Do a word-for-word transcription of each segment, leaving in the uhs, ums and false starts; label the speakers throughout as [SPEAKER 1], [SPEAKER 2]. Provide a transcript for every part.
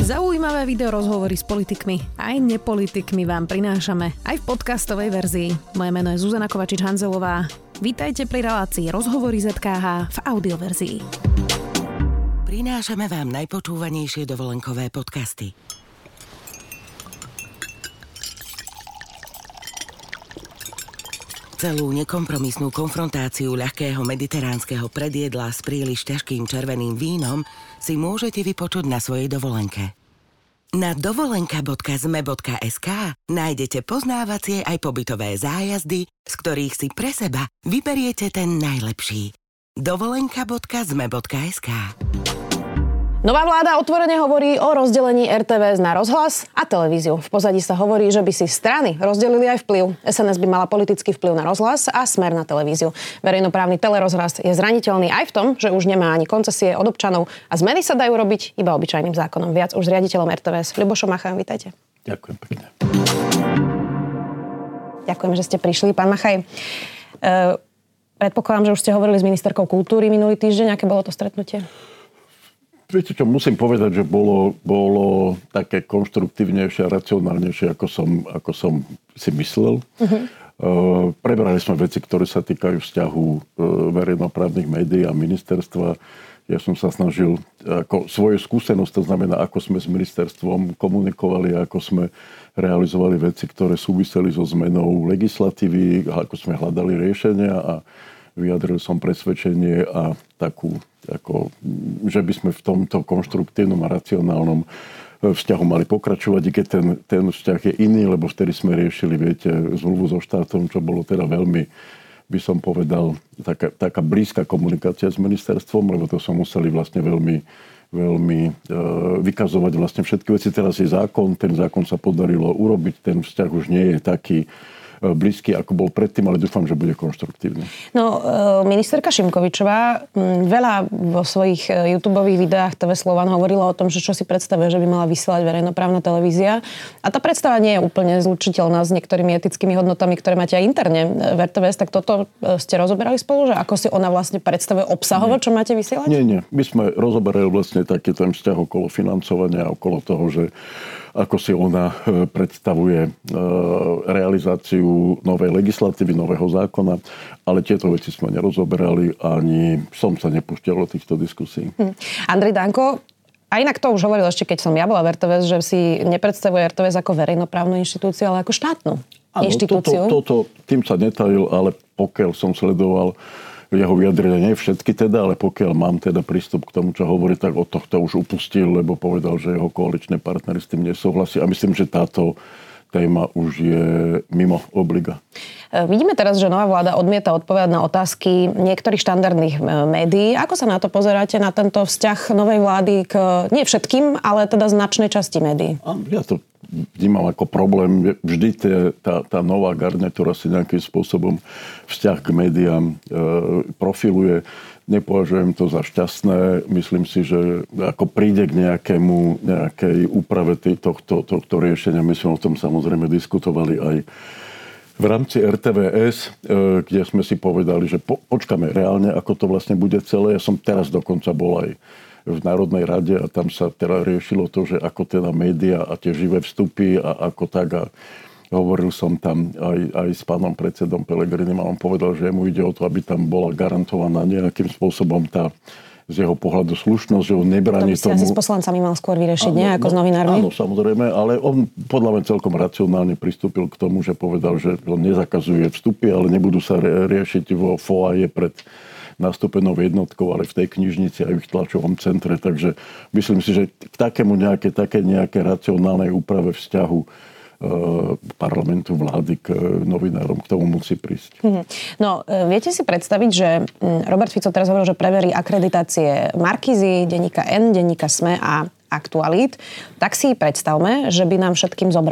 [SPEAKER 1] Zaujímavé video rozhovory s politikmi aj nepolitikmi vám prinášame aj v podcastovej verzii. Moje meno je Zuzana Kovačič-Hanzelová. Vítajte pri relácii Rozhovory zet ká há v audioverzii.
[SPEAKER 2] Prinášame vám najpočúvanejšie dovolenkové podcasty. Celú nekompromisnú konfrontáciu ľahkého mediteránskeho predjedla s príliš ťažkým červeným vínom si môžete vypočuť na svojej dovolenke. Na dovolenka bodka zet em e bodka es ká nájdete poznávacie aj pobytové zájazdy, z ktorých si pre seba vyberiete ten najlepší. dovolenka bodka zet em e bodka es ká.
[SPEAKER 1] Nová vláda otvorene hovorí o rozdelení er té vé es na rozhlas a televíziu. V pozadí sa hovorí, že by si strany rozdelili aj vplyv. es en es by mala politický vplyv na rozhlas a Smer na televíziu. Verejnoprávny telerozhlas je zraniteľný aj v tom, že už nemá ani koncesie od občanov a zmeny sa dajú robiť iba obyčajným zákonom. Viac už s riaditeľom er té vé es Ľubošom Machajom. Vítajte.
[SPEAKER 3] Ďakujem pekne.
[SPEAKER 1] Ďakujem, že ste prišli. Pán Machaj, e, predpokladám, že už ste hovorili s ministerkou kultúry minulý týždeň. Aké bolo to stretnutie?
[SPEAKER 3] Viete čo, musím povedať, že bolo, bolo také konštruktívnejšie a racionálnejšie, ako som, ako som si myslel. Uh-huh. Uh, prebrali sme veci, ktoré sa týkajú vzťahu uh, verejnoprávnych médií a ministerstva. Ja som sa snažil ako svoju skúsenosť, to znamená, ako sme s ministerstvom komunikovali, ako sme realizovali veci, ktoré súviseli so zmenou legislatívy, ako sme hľadali riešenia a vyjadril som presvedčenie a takú, ako, že by sme v tomto konštruktívnom a racionálnom vzťahu mali pokračovať, i keď ten, ten vzťah je iný, lebo vtedy sme riešili, viete, zmluvu so štátom, čo bolo teda veľmi, by som povedal, taká, taká blízka komunikácia s ministerstvom, lebo to som museli vlastne veľmi, veľmi e, vykazovať vlastne všetky veci. Teraz je zákon, ten zákon sa podarilo urobiť, ten vzťah už nie je taký blízky, ako bol predtým, ale dúfam, že bude konštruktívny.
[SPEAKER 1] No, ministerka Šimkovičová veľa vo svojich YouTubeových videách té vé Slovan hovorila o tom, že čo si predstavuje, že by mala vysielať verejnoprávna televízia. A tá predstava nie je úplne zlučiteľná s niektorými etickými hodnotami, ktoré máte aj interne v er té vé es. Tak toto ste rozoberali spolu, že ako si ona vlastne predstavuje obsahovo, čo máte vysielať?
[SPEAKER 3] Nie, nie. My sme rozoberali vlastne taký ten vzťah okolo financovania, okolo toho, že ako si ona predstavuje realizáciu novej legislatívy, nového zákona, ale tieto veci sme nerozoberali, ani som sa nepúšťal do týchto diskusí. Hm.
[SPEAKER 1] Andrej Danko, a inak to už hovoril ešte, keď som ja bola v er té vé es, že si nepredstavuje er té vé es ako verejnoprávnu inštitúciu, ale ako štátnu
[SPEAKER 3] Áno,
[SPEAKER 1] inštitúciu.
[SPEAKER 3] Toto, toto, tým sa netajil, ale pokiaľ som sledoval jeho vyjadrenia, nie všetky teda, ale pokiaľ mám teda prístup k tomu, čo hovorí, tak od tohto už upustil, lebo povedal, že jeho koaličné partnery s tým nesúhlasia. A myslím, že táto téma už je mimo obliga.
[SPEAKER 1] Vidíme teraz, že nová vláda odmieta odpovedať na otázky niektorých štandardných médií. Ako sa na to pozeráte, na tento vzťah novej vlády k nie všetkým, ale teda značnej časti médií?
[SPEAKER 3] Ja to vnímam ako problém. Vždy tie, tá, tá nová garnitúra si nejakým spôsobom vzťah k médiám e, profiluje. Nepovažujem to za šťastné. Myslím si, že ako príde k nejakému, nejakej úprave tohto, tohto riešenia, my sme o tom samozrejme diskutovali aj v rámci er té vé es, kde sme si povedali, že po, počkáme reálne, ako to vlastne bude celé. Ja som teraz dokonca bol aj v Národnej rade a tam sa teda riešilo to, že ako teda média a tie živé vstupy a ako tak. A hovoril som tam aj, aj s pánom predsedom Pellegrinim a on povedal, že mu ide o to, aby tam bola garantovaná nejakým spôsobom tá z jeho pohľadu slušnosť, že on nebráni
[SPEAKER 1] tomu... To by si asi s poslancami mal skôr vyriešiť,
[SPEAKER 3] áno,
[SPEAKER 1] nie? Ako
[SPEAKER 3] no,
[SPEAKER 1] s novinármi?
[SPEAKER 3] Áno, samozrejme, ale on podľa mňa celkom racionálne pristúpil k tomu, že povedal, že on nezakazuje vstupy, ale nebudú sa riešiť vo foaje pred nastúpenou jednotkou, ale v tej knižnici aj v tlačovom centre. Takže myslím si, že k takému nejaké, také nejaké racionálnej úprave vzťahu parlamentu, vlády k novinárom, k tomu musí prísť.
[SPEAKER 1] No, viete si predstaviť, že Robert Fico teraz hovoril, že preverí akreditácie Markízy, denníka N, denníka SME a Aktualít. Tak si predstavme, že by nám všetkým zobral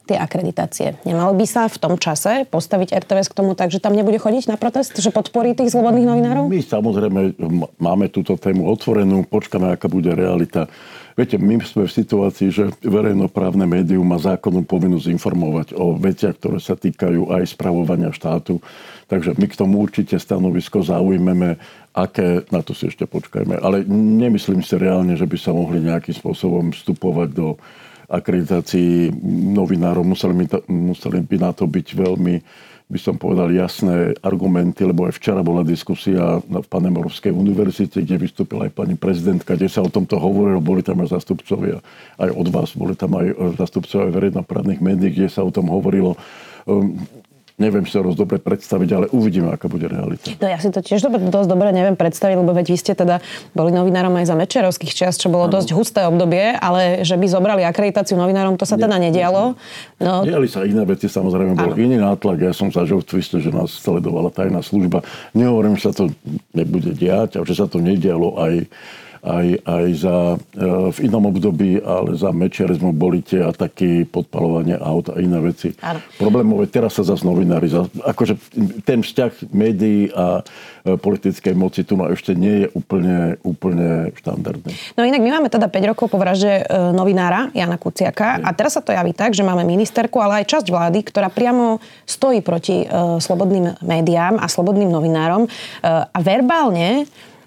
[SPEAKER 1] tie akreditácie. Nemalo by sa v tom čase postaviť er té vé es k tomu tak, že tam nebude chodiť na protest, že podporí tých slobodných novinárov?
[SPEAKER 3] My samozrejme máme túto tému otvorenú, počkáme, aká bude realita. Viete, my sme v situácii, že verejnoprávne médium má zákonnú povinnosť informovať o veciach, ktoré sa týkajú aj spravovania štátu. Takže my k tomu určite stanovisko zaujmeme, aké, na to si ešte počkajme. Ale nemyslím si reálne, že by sa mohli nejakým spôsobom vstupovať do akreditácií novinárov. Museli by, to, museli by na to byť veľmi, by som povedal, jasné argumenty, lebo aj včera bola diskusia v Panemorovskej univerzite, kde vystúpila aj pani prezidentka, kde sa o tomto hovorilo, boli tam aj zastupcovia, aj od vás, boli tam aj zastupcovia verejnoprávnych médií, kde sa o tom hovorilo. Um, Neviem si to dosť dobre predstaviť, ale uvidíme, aká bude realita.
[SPEAKER 1] No ja si to tiež dobre, dosť dobre neviem predstaviť, lebo veď vy ste teda boli novinárom aj za Mečerovských čias, čo bolo ano. Dosť husté obdobie, ale že by zobrali akreditáciu novinárom, to sa teda nedialo. No.
[SPEAKER 3] Diali sa iné veci, samozrejme bol ano. Iný nátlak. Ja som zažil v twiste, že nás sledovala tajná služba. Nehovorím, že sa to nebude diať, a že sa to nedialo aj Aj, aj za, e, v inom období, ale za mečiarizmu boli tie ataky, podpaľovanie aut a iné veci. Áno. Problémové, teraz sa zase novinári, akože ten vzťah médií a e, politickej moci tu ešte nie je úplne, úplne štandardný.
[SPEAKER 1] No inak my máme teda päť rokov po vražde e, novinára Jana Kuciaka. Hej. A teraz sa to javí tak, že máme ministerku, ale aj časť vlády, ktorá priamo stojí proti e, slobodným médiám a slobodným novinárom e, a verbálne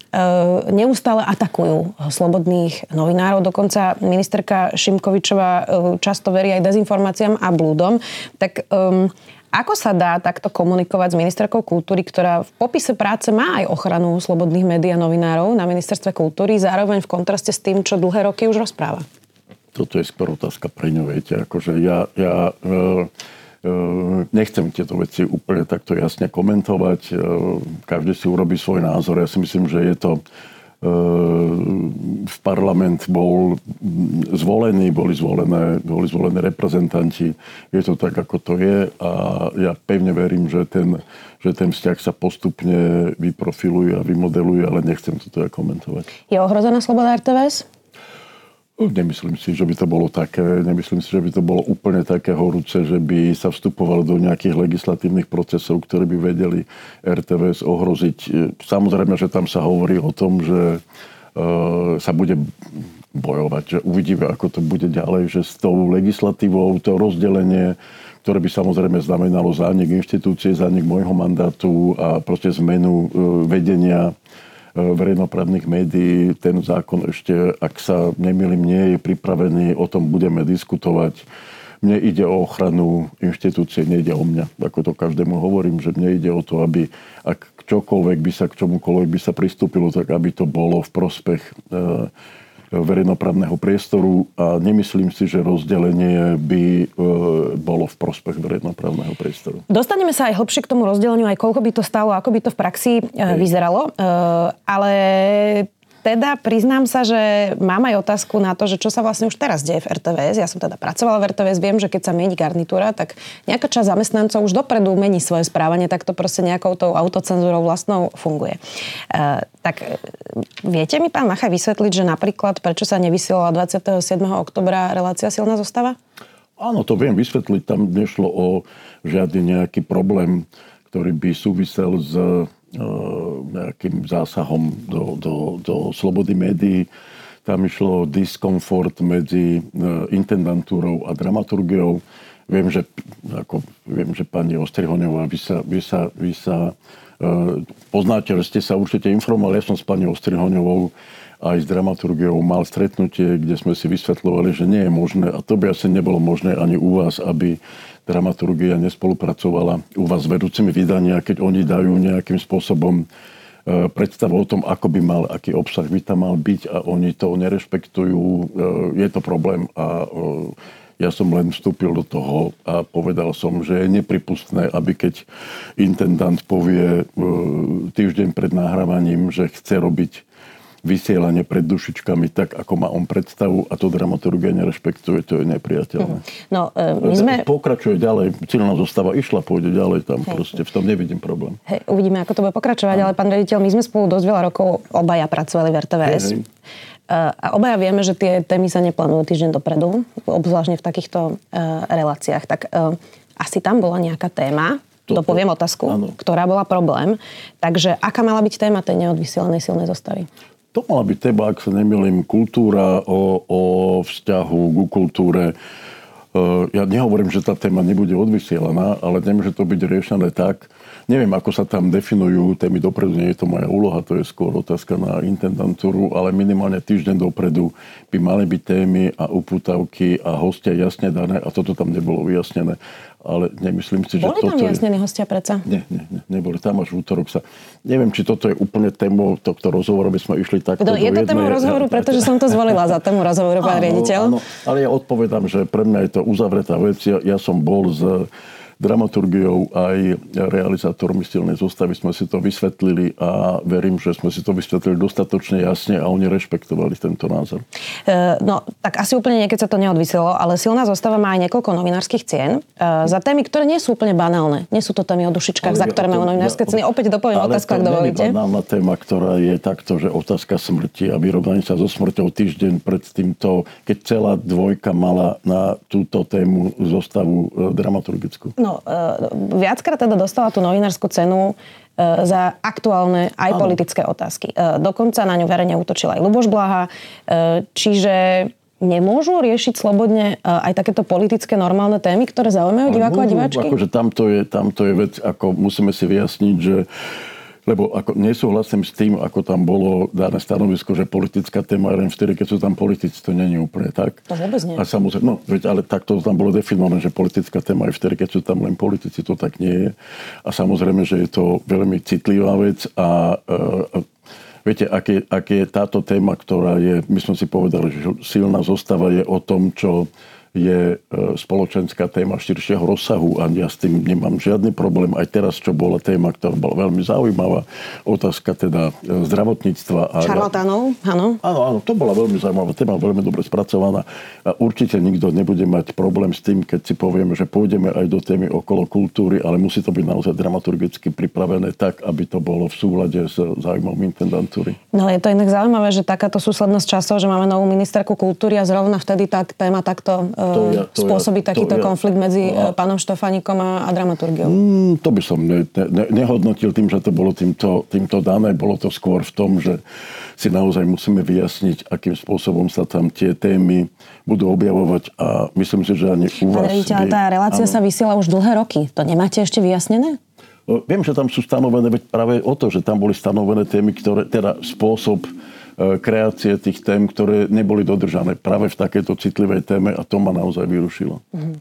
[SPEAKER 1] neustále atakujú slobodných novinárov. Dokonca ministerka Šimkovičová často verí aj dezinformáciám a blúdom. Tak um, ako sa dá takto komunikovať s ministerkou kultúry, ktorá v popise práce má aj ochranu slobodných médií a novinárov na ministerstve kultúry, zároveň v kontraste s tým, čo dlhé roky už rozpráva?
[SPEAKER 3] Toto je skôr otázka pre ňu, viete. Akože ja... ja e... Nechcem tieto veci úplne takto jasne komentovať. Každý si urobí svoj názor. Ja si myslím, že je to... V parlament bol zvolený, boli zvolené, boli zvolené reprezentanti. Je to tak, ako to je. A ja pevne verím, že ten, že ten vzťah sa postupne vyprofiluje a vymodeluje, ale nechcem toto ja komentovať.
[SPEAKER 1] Je ohrozená sloboda er té vé es?
[SPEAKER 3] Nemyslím si, že by to bolo také, nemyslím si, že by to bolo úplne také horúce, že by sa vstupovalo do nejakých legislatívnych procesov, ktoré by vedeli er té vé es ohroziť. Samozrejme, že tam sa hovorí o tom, že uh, sa bude bojovať, že uvidíme, ako to bude ďalej, že s tou legislatívou, to rozdelenie, ktoré by samozrejme znamenalo zánik inštitúcie, zánik môjho mandátu a proste zmenu uh, vedenia verejnoprávnych médií. Ten zákon ešte, ak sa nemýlim, nie je pripravený, o tom budeme diskutovať. Mne ide o ochranu inštitúcie, nejde o mňa. Ako to každému hovorím, že mne ide o to, aby ak čokoľvek by sa, k čomukoľvek by sa pristúpilo, tak aby to bolo v prospech e, verejnoprávneho priestoru a nemyslím si, že rozdelenie by e, bolo v prospech verejnoprávneho priestoru.
[SPEAKER 1] Dostaneme sa aj hlbšie k tomu rozdeleniu, aj koľko by to stálo, ako by to v praxi e, vyzeralo. E, ale teda priznám sa, že mám aj otázku na to, že čo sa vlastne už teraz deje v er té vé es. Ja som teda pracovala v er té vé es, viem, že keď sa mení garnitúra, tak nejaká časť zamestnancov už dopredu mení svoje správanie, tak to proste nejakou tou autocenzúrou vlastnou funguje. E, tak viete mi, pán Machaj, vysvetliť, že napríklad prečo sa nevysielala dvadsiateho siedmeho októbra relácia Silná zostava?
[SPEAKER 3] Áno, to viem vysvetliť. Tam nešlo o žiadny nejaký problém, ktorý by súvisel s nejakým zásahom do, do, do slobody médií. Tam išlo o diskomfort medzi intendantúrou a dramaturgiou. Viem, že, ako, viem, že pani Ostrihoňová, vy sa, vy sa, vy sa uh, poznáte, že ste sa určite informovali. Ja som s pani Ostrihoňovou aj s dramaturgiou mal stretnutie, kde sme si vysvetľovali, že nie je možné, a to by asi nebolo možné ani u vás, aby dramaturgia nespolupracovala u vás s vedúcimi vydania, keď oni dajú nejakým spôsobom predstavu o tom, ako by mal, aký obsah by tam mal byť a oni to nerešpektujú. Je to problém a ja som len vstúpil do toho a povedal som, že je nepripustné, aby keď intendant povie týždeň pred nahrávaním, že chce robiť vysielanie pred dušičkami tak, ako má on predstavu a to dramaturgia nerešpektuje, to je nepriateľné.
[SPEAKER 1] No, e, my sme...
[SPEAKER 3] Pokračuje ďalej, Silná zostava išla, pôjde ďalej, tam hej. Proste v tom nevidím problém.
[SPEAKER 1] Hej, uvidíme, ako to bude pokračovať, ale pán riaditeľ, my sme spolu dosť veľa rokov obaja pracovali v er té vé es. Hej, hej. A obaja vieme, že tie témy sa neplánujú týždeň dopredu, obzvláštne v takýchto uh, reláciách. Tak uh, asi tam bola nejaká téma, to poviem otázku, áno, ktorá bola problém. Takže aká mala byť téma tej neodvysielanej silnej zostavy?
[SPEAKER 3] To mala byť téma, ak sa nemýlim, kultúra, o, o vzťahu ku kultúre. Uh, ja nehovorím, že tá téma nebude odvysielaná, ale nemôže to byť riešené tak. Neviem, ako sa tam definujú témy dopredu, nie je to moja úloha, to je skôr otázka na intendantúru, ale minimálne týždeň dopredu by mali byť témy a upútavky a hostia jasne dané a toto tam nebolo vyjasnené. Ale nemyslím si, že
[SPEAKER 1] boli
[SPEAKER 3] toto
[SPEAKER 1] tam vyjasnení
[SPEAKER 3] je...
[SPEAKER 1] hostia predsa?
[SPEAKER 3] Nie, nie, nie, neboli. Tam až v útorok sa... Neviem, či toto je úplne témou tohto rozhovoru, aby sme išli takto do
[SPEAKER 1] jednej... Je to témou rozhovoru, pretože som to zvolila za tému rozhovoru, pán riaditeľ.
[SPEAKER 3] Áno, ale ja odpovedám, že pre mňa je to uzavretá vec. Ja, ja som bol z dramaturgiou aj realizátormi silnej zostavy sme si to vysvetlili a verím, že sme si to vysvetlili dostatočne jasne a oni rešpektovali tento názor.
[SPEAKER 1] E, no, tak asi úplne niekedy sa to neodviselo, ale silná zostava má aj niekoľko novinárskych cien e, za témy, ktoré nie sú úplne banálne. Nie sú to témy o dušičkách, za ktoré majú novinárske ceny. Opäť dopoviem otázku, ak dovolíte.
[SPEAKER 3] Ale to nie je banálna téma, ktorá je takto, že otázka smrti a vyrovnanie sa so smrťou týždeň pred týmto, keď celá dvojka mala na túto tému zostavu dramaturgickú.
[SPEAKER 1] No, viackrát teda dostala tú novinárskú cenu za aktuálne aj ano. Politické otázky. Dokonca na ňu verejne útočil aj Ľuboš Blaha. Čiže nemôžu riešiť slobodne aj takéto politické normálne témy, ktoré zaujímajú divákov a diváčky?
[SPEAKER 3] Akože tamto je, tamto je vec, ako musíme si vyjasniť, že lebo ako nesúhlasím s tým, ako tam bolo dané stanovisko, že politická téma je len vtedy, keď sú tam politici. To nie je úplne tak.
[SPEAKER 1] To vôbec nie.
[SPEAKER 3] A samozrejme, no, veď, ale takto tam bolo definované, že politická téma je vtedy, keď sú tam len politici. To tak nie je. A samozrejme, že je to veľmi citlivá vec a e, viete, ak je, ak je táto téma, ktorá je, my sme si povedali, že silná zostava je o tom, čo je spoločenská téma širšieho rozsahu a ja s tým nemám žiadny problém. Aj teraz, čo bola téma, ktorá bola veľmi zaujímavá, otázka teda zdravotníctva. A
[SPEAKER 1] šarlatánov, áno.
[SPEAKER 3] Áno, áno, to bola veľmi zaujímavá téma, veľmi dobre spracovaná. A určite nikto nebude mať problém s tým, keď si povieme, že pôjdeme aj do témy okolo kultúry, ale musí to byť naozaj dramaturgicky pripravené tak, aby to bolo v súlade s záujmom intendantúry.
[SPEAKER 1] No je to inak zaujímavé, že takáto súslednosť časov, že máme novú ministerku kultúry a zrovna vtedy tak téma takto To ja, to spôsobí ja, takýto ja, konflikt medzi a, pánom Štefánikom a, a dramaturgiou?
[SPEAKER 3] Mm, to by som ne, ne, nehodnotil tým, že to bolo týmto, týmto dané. Bolo to skôr v tom, že si naozaj musíme vyjasniť, akým spôsobom sa tam tie témy budú objavovať a myslím si, že ani u vás...
[SPEAKER 1] Ale vidíte, ale tá relácia áno. sa vysiela už dlhé roky. To nemáte ešte vyjasnené?
[SPEAKER 3] Viem, že tam sú stanovené, veď práve o to, že tam boli stanovené témy, ktoré, teda spôsob kreácie tých tém, ktoré neboli dodržané práve v takejto citlivej téme a to ma naozaj vyrušilo.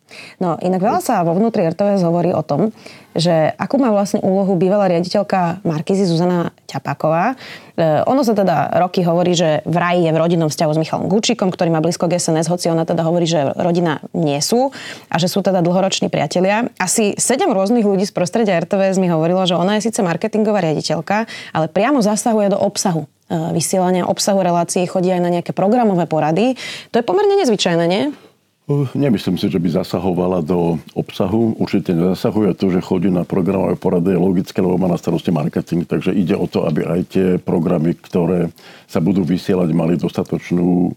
[SPEAKER 1] No inak veľa sa vo vnútri er té vé es hovorí o tom, že akú má vlastne úlohu bývalá riaditeľka Markízy Zuzana Ťapáková. E, ono sa teda roky hovorí, že vraj je v rodinnom vzťahu s Michalom Gučíkom, ktorý má blízko k es en es, hoci ona teda hovorí, že rodina nie sú a že sú teda dlhoroční priatelia. Asi sedem rôznych ľudí z prostredia er té vé es mi hovorilo, že ona je síce marketingová riaditeľka, ale priamo zasahuje do obsahu vysielania, obsahu relácií, chodí aj na nejaké programové porady. To je pomerne nezvyčajné, nie?
[SPEAKER 3] Nemyslím si, že by zasahovala do obsahu. Určite nezasahuje. To, že chodí na programové porady, je logické, lebo má na starosti marketing. Takže ide o to, aby aj tie programy, ktoré sa budú vysielať, mali dostatočnú e,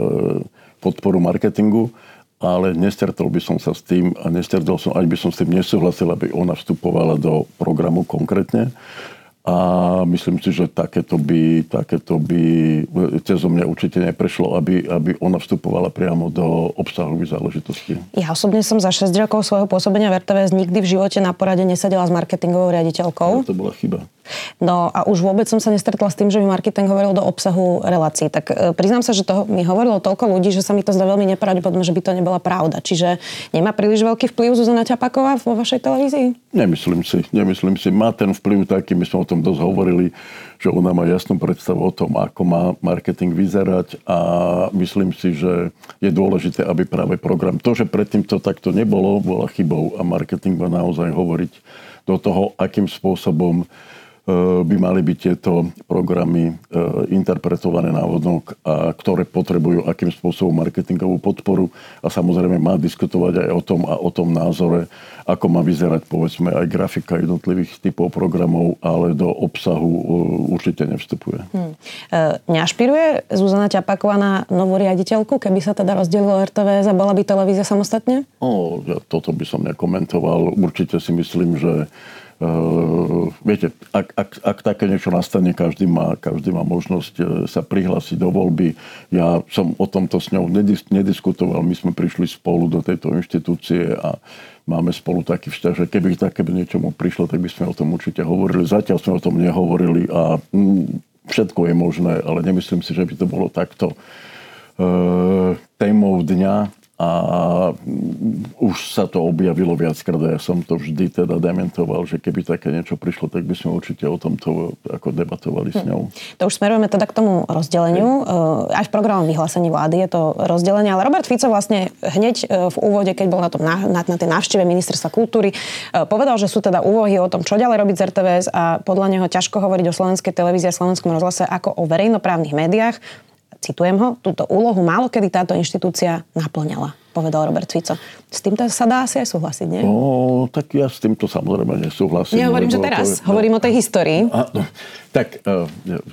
[SPEAKER 3] podporu marketingu. Ale nestretol by som sa s tým a nestretol som, ani by som s tým nesúhlasil, aby ona vstupovala do programu konkrétne. A myslím si, že takéto by, takéto by cezo mňa určite neprešlo, aby, aby ona vstupovala priamo do obsahových záležitostí. Ja
[SPEAKER 1] osobne som za šesť rokov svojho pôsobenia v er té vé es nikdy v živote na porade nesedela s marketingovou riaditeľkou.
[SPEAKER 3] No, to bola chyba.
[SPEAKER 1] No a už vôbec som sa nestretla s tým, že by marketing hovoril do obsahu relácií. Tak e, priznám sa, že toho mi hovorilo toľko ľudí, že sa mi to zdá veľmi nepravdepodobné, že by to nebola pravda. Čiže nemá príliš veľký vplyv Zuzana Ťapáková vo vašej televízii?
[SPEAKER 3] Nemyslím si. Nemyslím si. Má ten vplyv taký, my sme o tom dosť hovorili, že ona má jasnú predstavu o tom, ako má marketing vyzerať a myslím si, že je dôležité, aby práve program, to, že predtým to takto nebolo, bola chybou a marketing má naozaj hovoriť do toho, akým spôsobom by mali byť tieto programy interpretované návodnok, a ktoré potrebujú akým spôsobom marketingovú podporu a samozrejme má diskutovať aj o tom a o tom názore, ako má vyzerať povedzme aj grafika jednotlivých typov programov, ale do obsahu určite nevstupuje. Hmm.
[SPEAKER 1] E, neašpiruje Zuzana Ťapaková na novú riaditeľku, keby sa teda rozdelilo er té vé es a bola by televízia samostatne?
[SPEAKER 3] O, ja toto by som nekomentoval. Určite si myslím, že Uh, viete, ak, ak, ak také niečo nastane, každý má, každý má možnosť uh, sa prihlásiť do voľby. Ja som o tomto s ňou nedis, nediskutoval. My sme prišli spolu do tejto inštitúcie a máme spolu taký vzťah, že keby také niečomu prišlo, tak by sme o tom určite hovorili. Zatiaľ sme o tom nehovorili a mm, všetko je možné, ale nemyslím si, že by to bolo takto uh, témou dňa. A už sa to objavilo viackrát a ja som to vždy teda dementoval, že keby také niečo prišlo, tak by sme určite o tomto ako debatovali s ňou.
[SPEAKER 1] Hm. To už smerujeme teda k tomu rozdeleniu. Hm. Aj v programovom vyhlásení vlády je to rozdelenie, ale Robert Fico vlastne hneď v úvode, keď bol na, tom, na, na tej návšteve ministerstva kultúry, povedal, že sú teda úvahy o tom, čo ďalej robiť z er té vé es a podľa neho ťažko hovoriť o slovenskej televízii a slovenskom rozhlase ako o verejnoprávnych médiách. Citujem ho, túto úlohu málo kedy táto inštitúcia naplňala, povedal Robert Fico. S týmto sa dá asi aj súhlasiť, nie?
[SPEAKER 3] No, tak ja s týmto samozrejme nesúhlasím.
[SPEAKER 1] Nehovorím, že teraz. Je, hovorím no, o tej histórii.
[SPEAKER 3] A, no, tak, uh,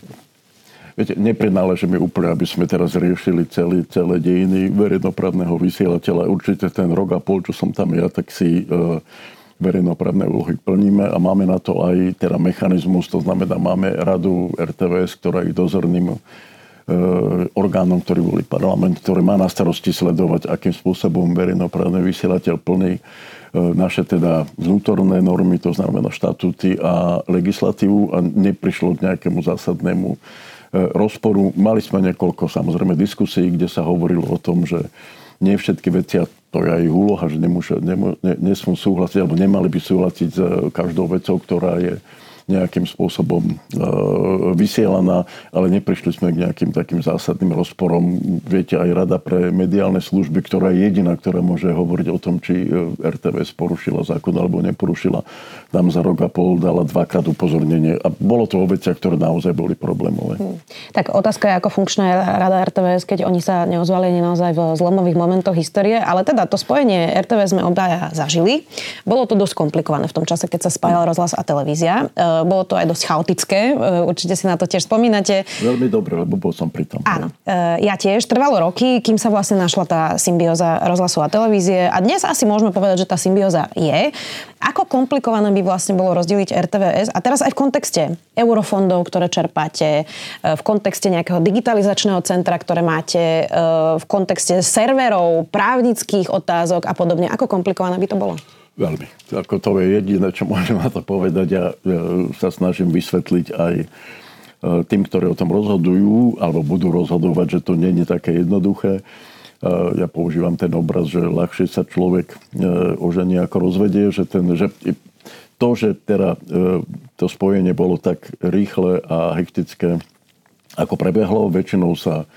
[SPEAKER 3] viete, neprináleží mi úplne, aby sme teraz riešili celý, celé dejiny verejnoprávneho vysielateľa. Určite ten rok a pol, čo som tam ja, tak si uh, verejnoprávne úlohy plníme a máme na to aj teda mechanizmus, to znamená, máme radu er té vé es, ktorá je dozorným orgánom, ktorý boli parlament, ktorý má na starosti sledovať, akým spôsobom verejnoprávny vysielateľ plní naše teda vnútorné normy, to znamená štatúty a legislatívu a neprišlo k nejakému zásadnému rozporu. Mali sme niekoľko samozrejme diskusí, kde sa hovorilo o tom, že nie všetky veci, a to je aj úloha, že nemôže, nemô, ne, nesmú súhlasiť, alebo nemali by súhlasiť s každou vecou, ktorá je nejakým spôsobom e, vysielaná, ale neprišli sme k nejakým takým zásadným rozporom. Viete, aj Rada pre mediálne služby, ktorá je jediná, ktorá môže hovoriť o tom, či er té vé es porušila zákon alebo neporušila, tam za rok a pol dala dvakrát upozornenie. A bolo to o veciach, ktoré naozaj boli problémové. Hmm.
[SPEAKER 1] Tak otázka je, ako funkčná je Rada er té vé es, keď oni sa neozvali naozaj v zlomových momentoch histórie, ale teda to spojenie er té vé es sme obaja zažili. Bolo to dosť komplikované v tom čase, keď sa spájal rozhlas a televízia. Bolo to aj dosť chaotické. Určite si na to tiež spomínate.
[SPEAKER 3] Veľmi dobre, lebo bol som pri tom.
[SPEAKER 1] Áno. Ja tiež. Trvalo roky, kým sa vlastne našla tá symbióza rozhlasu a televízie. A dnes asi môžeme povedať, že tá symbióza je. Ako komplikované by vlastne bolo rozdeliť er té vé es? A teraz aj v kontexte eurofondov, ktoré čerpáte, v kontexte nejakého digitalizačného centra, ktoré máte, v kontexte serverov, právnických otázok a podobne. Ako komplikované by to bolo?
[SPEAKER 3] Veľmi. Ako to je jediné, čo môžem na to povedať. Ja, ja sa snažím vysvetliť aj tým, ktorí o tom rozhodujú, alebo budú rozhodovať, že to nie je také jednoduché. Ja používam ten obraz, že ľahšie sa človek ožení ako rozvedie, že, ten, že to, že teda to spojenie bolo tak rýchle a hektické, ako prebehlo, väčšinou sa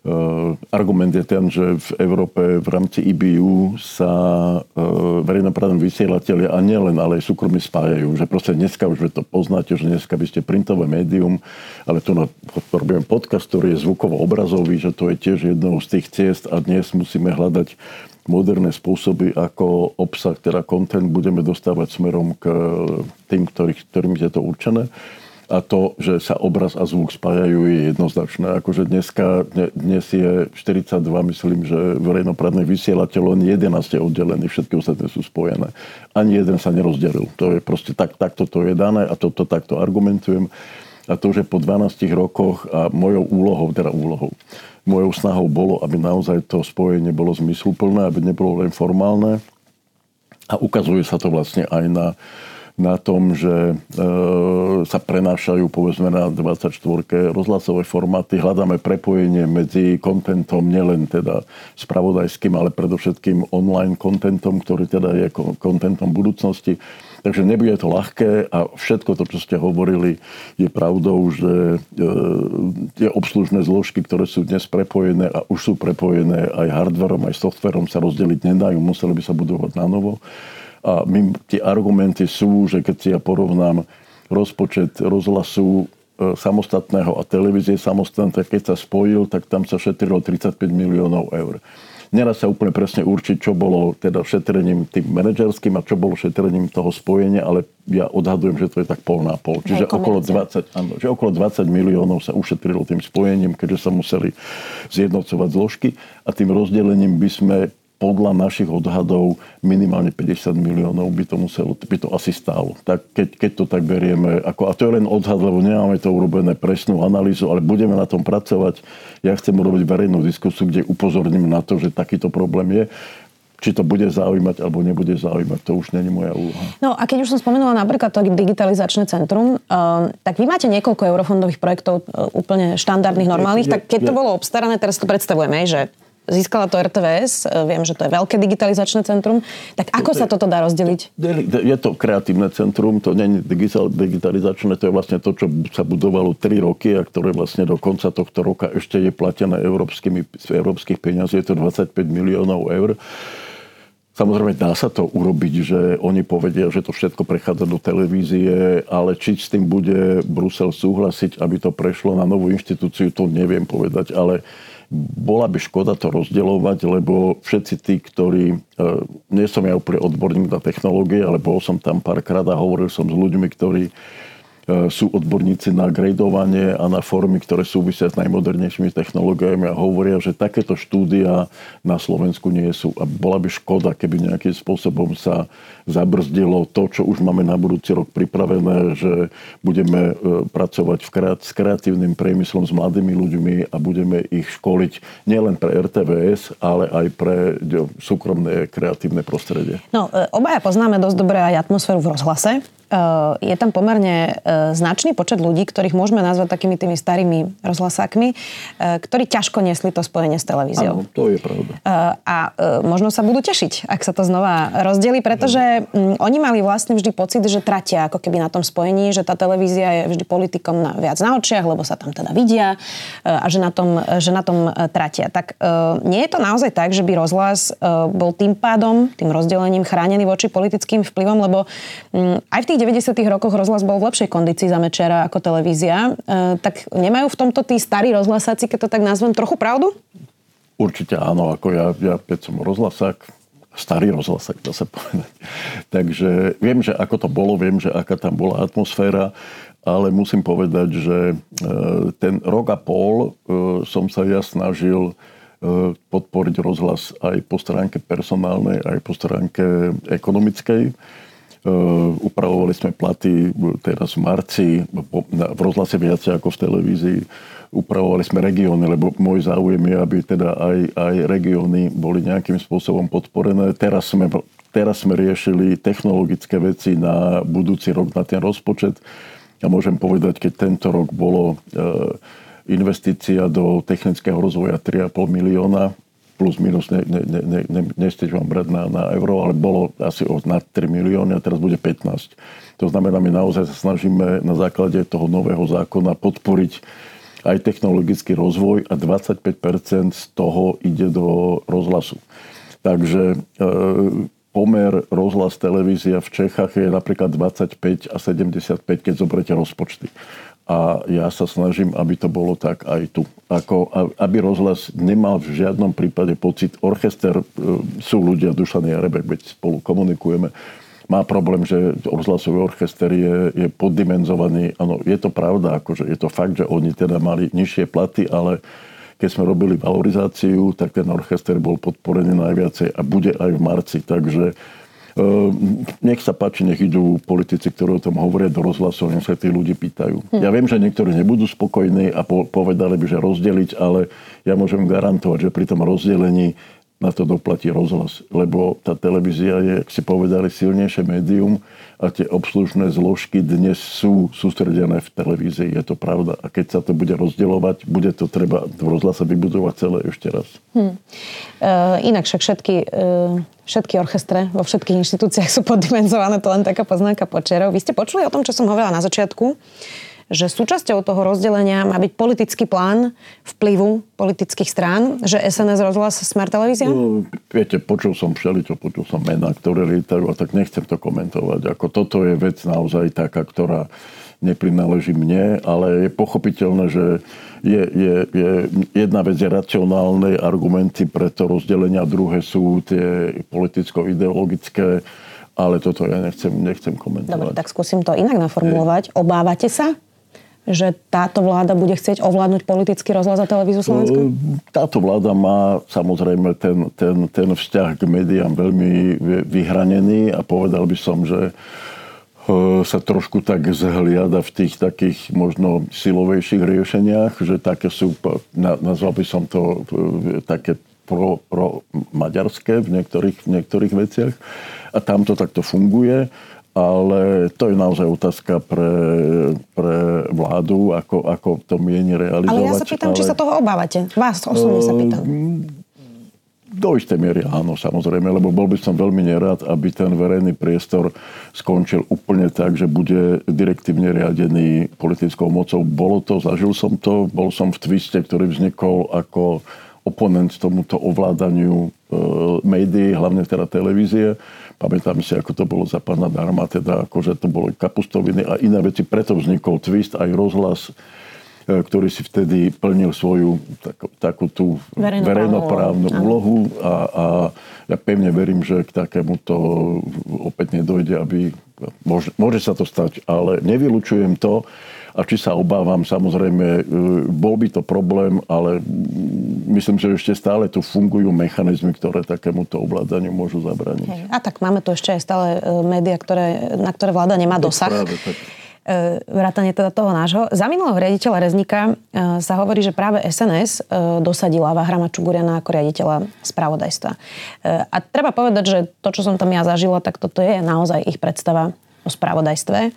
[SPEAKER 3] argument je ten, že v Európe v rámci í bé ú sa verejnoprávni vysielatelia a nielen, ale aj súkromí spájajú. Že proste dneska už to poznáte, že dneska by ste printové médium, ale tu robím podcast, ktorý je zvukovo-obrazový, že to je tiež jednou z tých ciest a dnes musíme hľadať moderné spôsoby, ako obsah, teda content budeme dostávať smerom k tým, ktorých, ktorým je to určené. A to, že sa obraz a zvuk spájajú, je jednoznačné. Akože dneska, dnes je štyridsaťdva, myslím, že verejnoprávnych vysielateľov, len jedenásť je oddelený, všetky ostatné sú spojené. Ani jeden sa nerozdelil. To je proste tak, takto to je dané a toto takto argumentujem. A to, že po dvanástich rokoch a mojou úlohou, teda úlohou, mojou snahou bolo, aby naozaj to spojenie bolo zmysluplné, aby nebolo len formálne. A ukazuje sa to vlastne aj na na tom, že e, sa prenášajú povedzme na dvadsaťštyri rozhlasové formáty. Hľadáme prepojenie medzi kontentom, nielen teda spravodajským, ale predovšetkým online kontentom, ktorý teda je kontentom budúcnosti. Takže nebude to ľahké a všetko to, čo ste hovorili, je pravdou, že e, tie obslužné zložky, ktoré sú dnes prepojené a už sú prepojené aj hardverom, aj softverom, sa rozdeliť nedajú, museli by sa budovať na novo. A my, tie argumenty sú, že keď si ja porovnám rozpočet rozhlasu samostatného a televízie samostatné, keď sa spojil, tak tam sa šetrilo tridsaťpäť miliónov eur. Nedá sa úplne presne určiť, čo bolo teda šetrením tým manažerským a čo bolo šetrením toho spojenia, ale ja odhadujem, že to je tak pol na pol. Čiže okolo dvadsať, áno, že okolo dvadsať miliónov sa ušetrilo tým spojením, keďže sa museli zjednocovať zložky a tým rozdelením by sme podľa našich odhadov minimálne päťdesiat miliónov by to muselo, by to asi stálo. Tak keď, keď to tak berieme, ako, a to je len odhad, lebo nemáme to urobené presnú analýzu, ale budeme na tom pracovať. Ja chcem urobiť verejnú diskusiu, kde upozorním na to, že takýto problém je. Či to bude zaujímať, alebo nebude zaujímať, to už není moja úloha.
[SPEAKER 1] No a keď už som spomenula napríklad to digitalizačné centrum, uh, tak vy máte niekoľko eurofondových projektov uh, úplne štandardných, normálnych, je, je, tak keď je, to bolo obstarané, teraz to predstavujeme, že získala to er té vé es, viem, že to je veľké digitalizačné centrum. Tak ako to, sa toto dá rozdeliť?
[SPEAKER 3] Je to kreatívne centrum, to nie je digitalizačné, to je vlastne to, čo sa budovalo tri roky a ktoré vlastne do konca tohto roka ešte je platené európskymi, z európskych peňazí, je to dvadsaťpäť miliónov eur. Samozrejme, dá sa to urobiť, že oni povedia, že to všetko prechádza do televízie, ale či s tým bude Brusel súhlasiť, aby to prešlo na novú inštitúciu, to neviem povedať, ale bola by škoda to rozdeľovať, lebo všetci tí, ktorí... E, nie som ja úplne odborník na technológie, ale bol som tam párkrát a hovoril som s ľuďmi, ktorí e, sú odborníci na gradovanie a na formy, ktoré súvisia s najmodernejšími technológiami a hovoria, že takéto štúdia na Slovensku nie sú. A bola by škoda, keby nejakým spôsobom sa zabrzdilo to, čo už máme na budúci rok pripravené, že budeme e, pracovať v kreat- s kreatívnym priemyslom, s mladými ľuďmi a budeme ich školiť nielen pre er té vé es, ale aj pre jo, súkromné kreatívne prostredie.
[SPEAKER 1] No, e, obaja poznáme dosť dobre aj atmosféru v rozhlase. Je tam pomerne značný počet ľudí, ktorých môžeme nazvať takými tými starými rozhlasákmi, ktorí ťažko niesli to spojenie s televíziou.
[SPEAKER 3] Áno, to je pravda.
[SPEAKER 1] A možno sa budú tešiť, ak sa to znova rozdelí, pretože oni mali vlastne vždy pocit, že tratia ako keby na tom spojení, že tá televízia je vždy politikom na, viac na očiach, lebo sa tam teda vidia a že na tom, že na tom tratia. Tak nie je to naozaj tak, že by rozhlas bol tým pádom, tým rozdelením chránený voči politickým vplyvom, lebo aj v tých deväťdesiatych rokoch rozhlas bol v lepšej kondícii za Mečera ako televízia. E, tak nemajú v tomto tí starí rozhlasáci, keď to tak nazvem, trochu pravdu?
[SPEAKER 3] Určite áno, ako ja, ja keď som rozhlasák, starý rozhlasák, dá sa povedať. Takže viem, že ako to bolo, viem, že aká tam bola atmosféra, ale musím povedať, že e, ten rok a pol e, som sa ja snažil e, podporiť rozhlas aj po stránke personálnej, aj po stránke ekonomickej. Uh, upravovali sme platy teraz v marci, v rozhlase viacej ako v televízii. Upravovali sme regióny, lebo môj záujem je, aby teda aj, aj regióny boli nejakým spôsobom podporené. Teraz sme, teraz sme riešili technologické veci na budúci rok, na ten rozpočet. A môžem povedať, keď tento rok bolo uh, investícia do technického rozvoja tri a pol milióna, plus minus, ne, ne, ne, ne, nechceš vám brať na, na euro, ale bolo asi na tri milióny a teraz bude pätnásť. To znamená, my naozaj sa snažíme na základe toho nového zákona podporiť aj technologický rozvoj a dvadsaťpäť percent z toho ide do rozhlasu. Takže e, pomer rozhlas televízia v Čechách je napríklad dvadsaťpäť a sedemdesiatpäť, keď zoberiete rozpočty. A ja sa snažím, aby to bolo tak aj tu. Ako, aby rozhlas nemal v žiadnom prípade pocit. Orchester, sú ľudia, Dušan Jarebek, veď spolu komunikujeme, má problém, že rozhlasový orchester je, je poddimenzovaný. Áno, je to pravda, akože je to fakt, že oni teda mali nižšie platy, ale keď sme robili valorizáciu, tak ten orchester bol podporený najviacej a bude aj v marci. Takže nech sa páči, nech idú politici, ktorí o tom hovoria do rozhlasu, nech sa tí ľudí pýtajú. Hm. Ja viem, že niektorí nebudú spokojní a po- povedali by, že rozdeliť, ale ja môžem garantovať, že pri tom rozdelení na to doplatí rozhlas. Lebo tá televízia je, ak si povedali, silnejšie médium a tie obslužné zložky dnes sú sústredené v televízii. Je to pravda. A keď sa to bude rozdeľovať, bude to treba v rozhlase vybudovať celé ešte raz. Hmm.
[SPEAKER 1] Uh, inak však všetky, uh, všetky orchestre vo všetkých inštitúciách sú poddimenzované. To len taká poznámka počiarov. Vy ste počuli o tom, čo som hovorila na začiatku, že súčasťou toho rozdelenia má byť politický plán vplyvu politických strán, že es en es, Rozhlas, Smer, Televízia?
[SPEAKER 3] No, viete, počul som všeličo, počul som mená, ktoré lietajú, a tak nechcem to komentovať. Ako toto je vec naozaj taká, ktorá neprináleží mne, ale je pochopiteľné, že je, je, je, jedna vec je racionálne argumenty pre to rozdelenie, a druhé sú tie politicko-ideologické, ale toto ja nechcem, nechcem komentovať.
[SPEAKER 1] Dobre, tak skúsim to inak naformulovať. Obávate sa, že táto vláda bude chcieť ovládnuť politický Rozhlas a Televíziu Slovenska?
[SPEAKER 3] Táto vláda má samozrejme ten, ten, ten vzťah k médiám veľmi vyhranený a povedal by som, že sa trošku tak zhliada v tých takých možno silovejších riešeniach, že také sú, nazval by som to také pro, pro maďarské v niektorých, v niektorých veciach. A tam to takto funguje, ale to je naozaj otázka pre, pre vládu, ako, ako to mieni realizovať.
[SPEAKER 1] Ale ja sa pýtam, ale... či sa toho obávate. Vás osobne sa pýtam.
[SPEAKER 3] Do istej miery áno, samozrejme, lebo bol by som veľmi nerád, aby ten verejný priestor skončil úplne tak, že bude direktívne riadený politickou mocou. Bolo to, zažil som to, bol som v twiste, ktorý vznikol ako oponent tomuto ovládaniu e, médií, hlavne teda televízie. Pamätám si, ako to bolo za pána Darma, teda akože to bolo kapustoviny a iné veci. Preto vznikol twist, aj Rozhlas, ktorý si vtedy plnil svoju takú, takú tú verejnoprávnu úlohu a, a ja pevne verím, že k takémuto opäť nedojde, aby môže, môže sa to stať, ale nevylučujem to a či sa obávam, samozrejme, bol by to problém, ale myslím, že ešte stále tu fungujú mechanizmy, ktoré takémuto ovládaniu môžu zabrániť.
[SPEAKER 1] Hej. A tak máme tu ešte aj stále médiá, ktoré, na ktoré vláda nemá dosah. Práve, tak. Vrátane teda toho nášho. Za minulého riaditeľa Reznika sa hovorí, že práve es en es dosadila Vahrama Čuguriana ako riaditeľa spravodajstva. A treba povedať, že to, čo som tam ja zažila, tak toto je naozaj ich predstava o spravodajstve.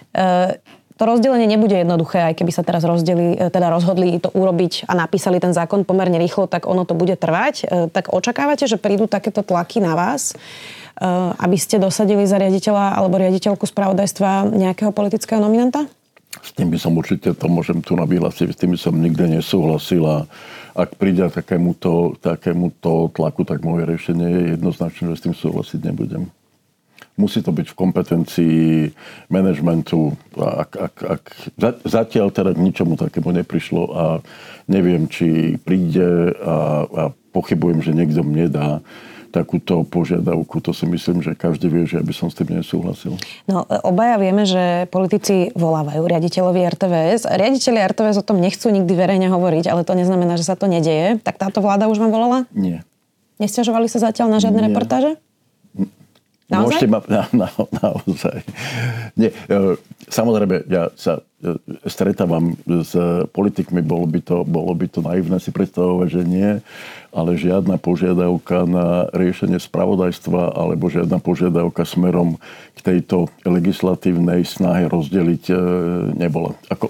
[SPEAKER 1] To rozdelenie nebude jednoduché, aj keby sa teraz rozdeli, teda rozhodli to urobiť a napísali ten zákon pomerne rýchlo, tak ono to bude trvať. Tak očakávate, že prídu takéto tlaky na vás, aby ste dosadili za riaditeľa alebo riaditeľku spravodajstva nejakého politického nominanta?
[SPEAKER 3] S tým by som určite, to môžem tu vyhlásiť, s tým by som nikdy nesúhlasila. Ak príde takémuto, takémuto tlaku, tak moje riešenie je jednoznačné, že s tým súhlasiť nebudem. Musí to byť v kompetencii manažmentu. Ak, ak, ak, zatiaľ teda k ničomu takému neprišlo a neviem, či príde a, a pochybujem, že niekto mne dá takúto požiadavku. To si myslím, že každý vie, že ja by som s tým nesúhlasil.
[SPEAKER 1] No, obaja vieme, že politici volávajú riaditeľovi er té vé es. Riaditeľi er té vé es o tom nechcú nikdy verejne hovoriť, ale to neznamená, že sa to nedieje. Tak táto vláda už vám volala?
[SPEAKER 3] Nie.
[SPEAKER 1] Nesťažovali sa zatiaľ na žiadne Nie. reportáže? Naozaj?
[SPEAKER 3] Môžete ma... Na, na, naozaj. Nie. Samozrejme, ja sa stretávam s politikmi, bolo by to, bolo by to naivné si predstavovať, že nie, ale žiadna požiadavka na riešenie spravodajstva alebo žiadna požiadavka smerom k tejto legislatívnej snahe rozdeliť nebola. Ako,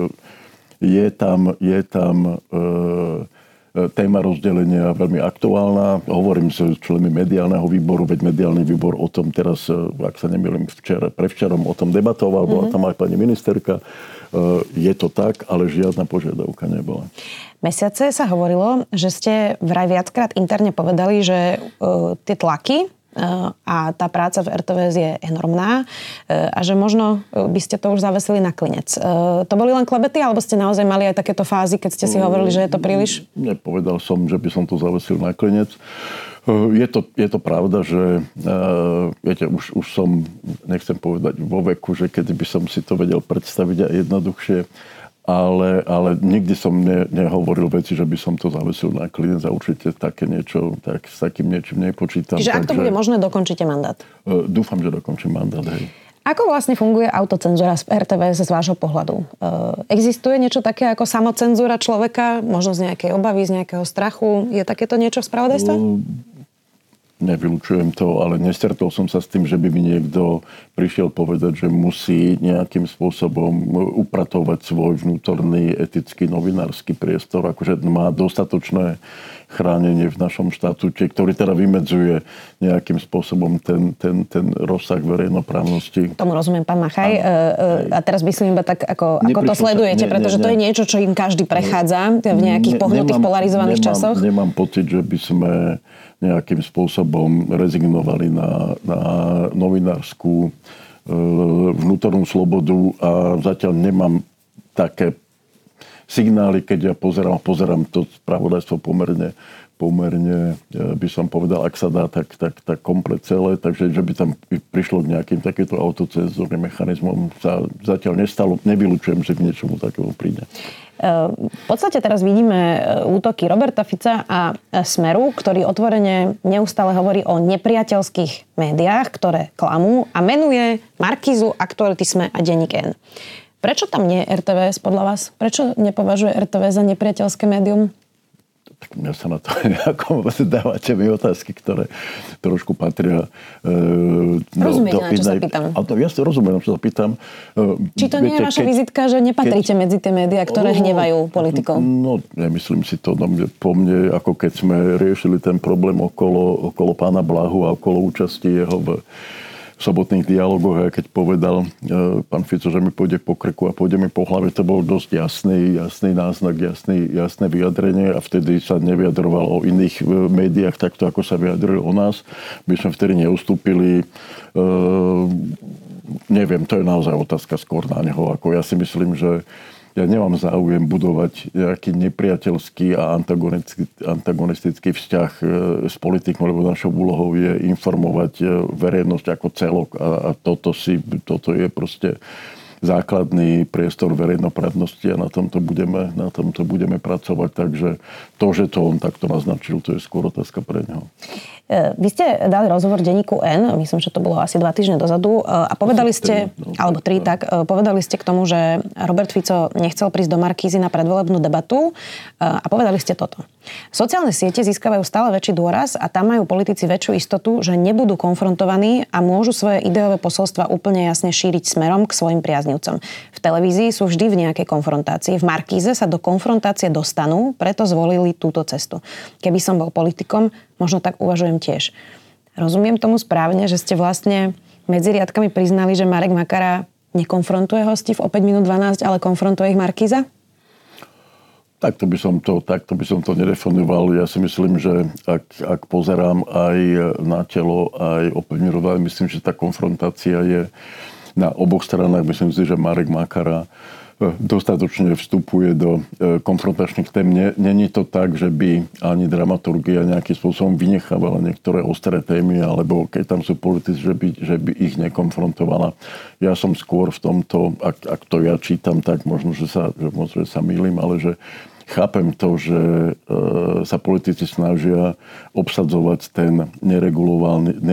[SPEAKER 3] je tam, je tam e, téma rozdelenia veľmi aktuálna. Hovorím s členmi mediálneho výboru, veď mediálny výbor o tom teraz, ak sa nemýlim, včera, prevčerom o tom debatoval, bola mm-hmm. tam aj pani ministerka. Je to tak, ale žiadna požiadavka nebola.
[SPEAKER 1] Mesiace sa hovorilo, že ste vraj viackrát interne povedali, že uh, tie tlaky uh, a tá práca v er té vé es je enormná uh, a že možno by ste to už zavesili na klinec. Uh, to boli len klebety, alebo ste naozaj mali aj takéto fázy, keď ste si hovorili, že je to príliš?
[SPEAKER 3] Nepovedal som, že by som to zavesil na klinec. Je to, je to pravda, že uh, viete, už, už som, nechcem povedať vo veku, že kedy by som si to vedel predstaviť aj jednoduchšie, ale, ale nikdy som ne, nehovoril veci, že by som to zavesil na klinec a určite také niečo, tak, s takým niečím nepočítam.
[SPEAKER 1] Čiže ak to bude možné, dokončíte mandát?
[SPEAKER 3] Uh, dúfam, že dokončím mandát, hej.
[SPEAKER 1] Ako vlastne funguje autocenzúra z er té vé es z vášho pohľadu? Existuje niečo také ako samocenzúra človeka? Možno z nejakej obavy, z nejakého strachu? Je takéto niečo v spravodajstve?
[SPEAKER 3] Nevylučujem to, ale nestretol som sa s tým, že by mi niekto prišiel povedať, že musí nejakým spôsobom upratovať svoj vnútorný etický novinársky priestor. Akože má dostatočné chránenie v našom štatúte, ktorý teda vymedzuje nejakým spôsobom ten, ten, ten rozsah verejnoprávnosti.
[SPEAKER 1] Tomu rozumiem, pán Machaj. A, a teraz myslím iba tak, ako, ako to sledujete, nie, pretože nie, nie. to je niečo, čo im každý prechádza v nejakých ne, pohnutých, nemám, polarizovaných
[SPEAKER 3] nemám,
[SPEAKER 1] časoch.
[SPEAKER 3] Nemám pocit, že by sme nejakým spôsobom rezignovali na, na novinárskú e, vnútornú slobodu a zatiaľ nemám také signály, keď ja pozerám, pozerám to spravodajstvo pomerne, pomerne, by som povedal, ak sa dá, tak, tak, tak komplet celé, takže že by tam prišlo k nejakým takýmto autocenzúrnym mechanizmom, sa zatiaľ nestalo, nevylučujem, že k niečomu takému príde.
[SPEAKER 1] V podstate teraz vidíme útoky Roberta Fica a Smeru, ktorý otvorene neustále hovorí o nepriateľských médiách, ktoré klamú a menuje Markízu, Aktuality, Sme a Denník N. Prečo tam nie je er té vé es podľa vás? Prečo nepovažuje er té vé za nepriateľské médium?
[SPEAKER 3] Tak mňa sa na to ako dávate mi otázky, ktoré trošku patria e,
[SPEAKER 1] Rozumiete,
[SPEAKER 3] do, do
[SPEAKER 1] na čo
[SPEAKER 3] inej...
[SPEAKER 1] sa pýtam?
[SPEAKER 3] Ale to, ja si rozumiem, na čo sa pýtam. E,
[SPEAKER 1] Či to viete, nie je vaša keď, vizitka, že nepatríte keď, medzi tie médiá, ktoré oh, hnevajú politikov?
[SPEAKER 3] No, nemyslím si to. No, po mne, ako keď sme riešili ten problém okolo, okolo pána Blahu a okolo účasti jeho v sobotných dialogoch, a keď povedal e, pán Fico, že mi pôjde po krku a pôjde mi po hlave, to bol dosť jasný, jasný náznak, jasný, jasné vyjadrenie a vtedy sa nevyjadroval o iných e, médiách takto, ako sa vyjadril o nás. My sme vtedy neustúpili. E, neviem, to je naozaj otázka skôr na neho. Ako ja si myslím, že ja nemám záujem budovať nejaký nepriateľský a antagonistický, antagonistický vzťah s politikom, lebo našou úlohou je informovať verejnosť ako celok. A, a toto, si, toto je proste základný priestor verejnoprávnosti a na tomto budeme, na tomto budeme pracovať. Takže to, že to on takto naznačil, to je skôr otázka pre neho.
[SPEAKER 1] Vy ste dali rozhovor denníku N, myslím, že to bolo asi dva týždne dozadu, a povedali ste, tri, no, alebo tri, tak povedali ste k tomu, že Robert Fico nechcel prísť do Markízy na predvolebnú debatu a povedali ste toto. Sociálne siete získavajú stále väčší dôraz a tam majú politici väčšiu istotu, že nebudú konfrontovaní a môžu svoje ideové posolstva úplne jasne šíriť smerom k svojim priaznivcom. V televízii sú vždy v nejakej konfrontácii. V Markíze sa do konfrontácie dostanú, preto zvolili túto cestu. Keby som bol politikom, možno tak uvažujem tiež. Rozumiem tomu správne, že ste vlastne medzi riadkami priznali, že Marek Makara nekonfrontuje hostí v opäť minút dvanásť, ale konfrontuje ich Markíza?
[SPEAKER 3] Takto by som to, takto by som to nedefinoval. Ja si myslím, že ak, ak pozerám aj na telo, aj opäť minút dvanásť, myslím, že tá konfrontácia je na oboch stranách. Myslím si, že Marek Makara dostatočne vstupuje do konfrontačných tém. Není to tak, že by ani dramaturgia nejakým spôsobom vynechávala niektoré ostré témy, alebo keď tam sú politici, že by, že by ich nekonfrontovala. Ja som skôr v tomto, ak, ak to ja čítam, tak možno, že sa, že možno, že sa mýlim, ale že chápem to, že e, sa politici snažia obsadzovať ten neregulovaný,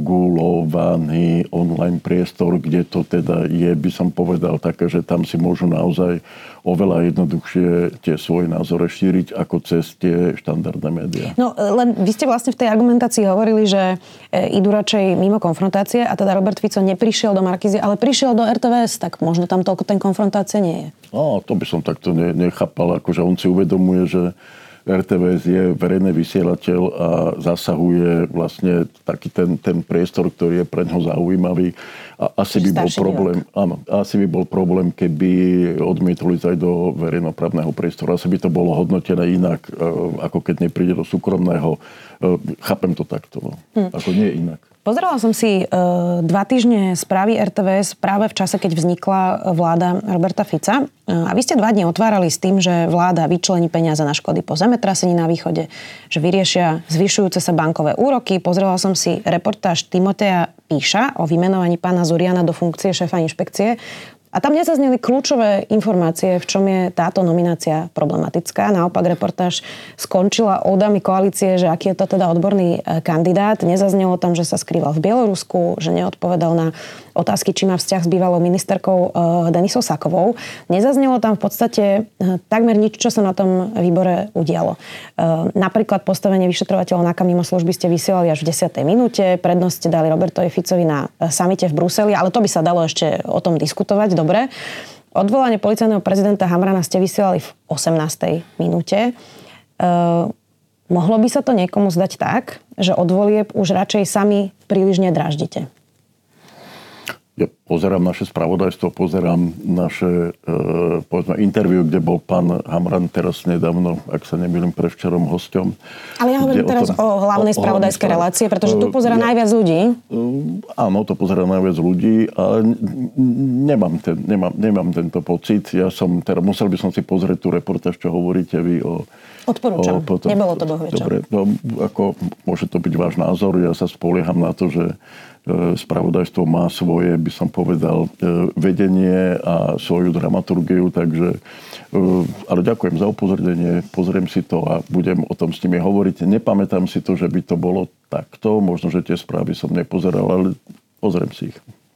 [SPEAKER 3] neregulovaný online priestor, kde to teda je, by som povedal, také, že tam si môžu naozaj oveľa jednoduchšie tie svoje názory šíriť ako cez tie štandardné médiá. No
[SPEAKER 1] len vy ste vlastne v tej argumentácii hovorili, že e, idú radšej mimo konfrontácie a teda Robert Fico neprišiel do Markízy, ale prišiel do er té vé es, tak možno tam toľko ten konfrontácie nie je.
[SPEAKER 3] No, to by som takto ne, nechápal, akože on si uvedomuje, že er té vé es je verejný vysielateľ a zasahuje vlastne taký ten, ten priestor, ktorý je pre ňoho zaujímavý. A asi by bol problém, áno, asi by bol problém, keby odmietli ísť aj do verejnoprávneho priestoru. Asi by to bolo hodnotené inak, ako keď nepríde do súkromného. Chápem to takto, no. hm. Ako nie inak.
[SPEAKER 1] Pozerala som si e, dva týždne správy er té vé es práve v čase, keď vznikla vláda Roberta Fica. E, a vy ste dva dni otvárali s tým, že vláda vyčlení peniaze na škody po zemetrasení na východe, že vyriešia zvyšujúce sa bankové úroky. Pozerala som si reportáž Timoteja Píša o vymenovaní pána Zuriana do funkcie šéfa inšpekcie. A tam nezazneli kľúčové informácie, v čom je táto nominácia problematická. Naopak reportáž skončila ódami koalície, že aký je to teda odborný kandidát. Nezaznelo tam, že sa skrýval v Bielorusku, že neodpovedal na otázky, či má vzťah s bývalou ministerkou Denisou Sakovou. Nezaznelo tam v podstate takmer nič, čo sa na tom výbore udialo. Napríklad postavenie vyšetrovateľov NAKA mimo služby ste vysielali až v desiatej minúte. Prednosť ste dali Robertovi Ficovi na samite v Bruseli, ale to by sa dalo ešte o tom diskutovať. Dobre. Odvolanie policajného prezidenta Hamrana ste vysielali v osemnástej minúte. mohlo by sa to niekomu zdať tak, že od volieb už radšej sami príliš nedráždite?
[SPEAKER 3] Ja pozerám naše spravodajstvo, pozerám naše e, povedzme, interview, kde bol pán Hamran teraz nedávno, ak sa nemýlim, prevčerom hosťom.
[SPEAKER 1] Ale ja hovorím teraz o, tom, o hlavnej spravodajskej relácie, pretože tu pozerá ja, najviac ľudí.
[SPEAKER 3] Áno, to pozerá najviac ľudí, ale nemám, ten, nemám, nemám tento pocit. Ja som, teda musel by som si pozrieť tú reportáž, čo hovoríte vy o...
[SPEAKER 1] Odporúčam, o, potom, nebolo to bohviečo.
[SPEAKER 3] Dobre, no, ako, môže to byť váš názor, ja sa spolieham na to, že spravodajstvo má svoje, by som povedal, vedenie a svoju dramaturgiu, takže ale ďakujem za upozornenie, pozriem si to a budem o tom s nimi hovoriť. Nepamätám si to, že by to bolo takto, možno, že tie správy som nepozeral, ale pozriem si ich.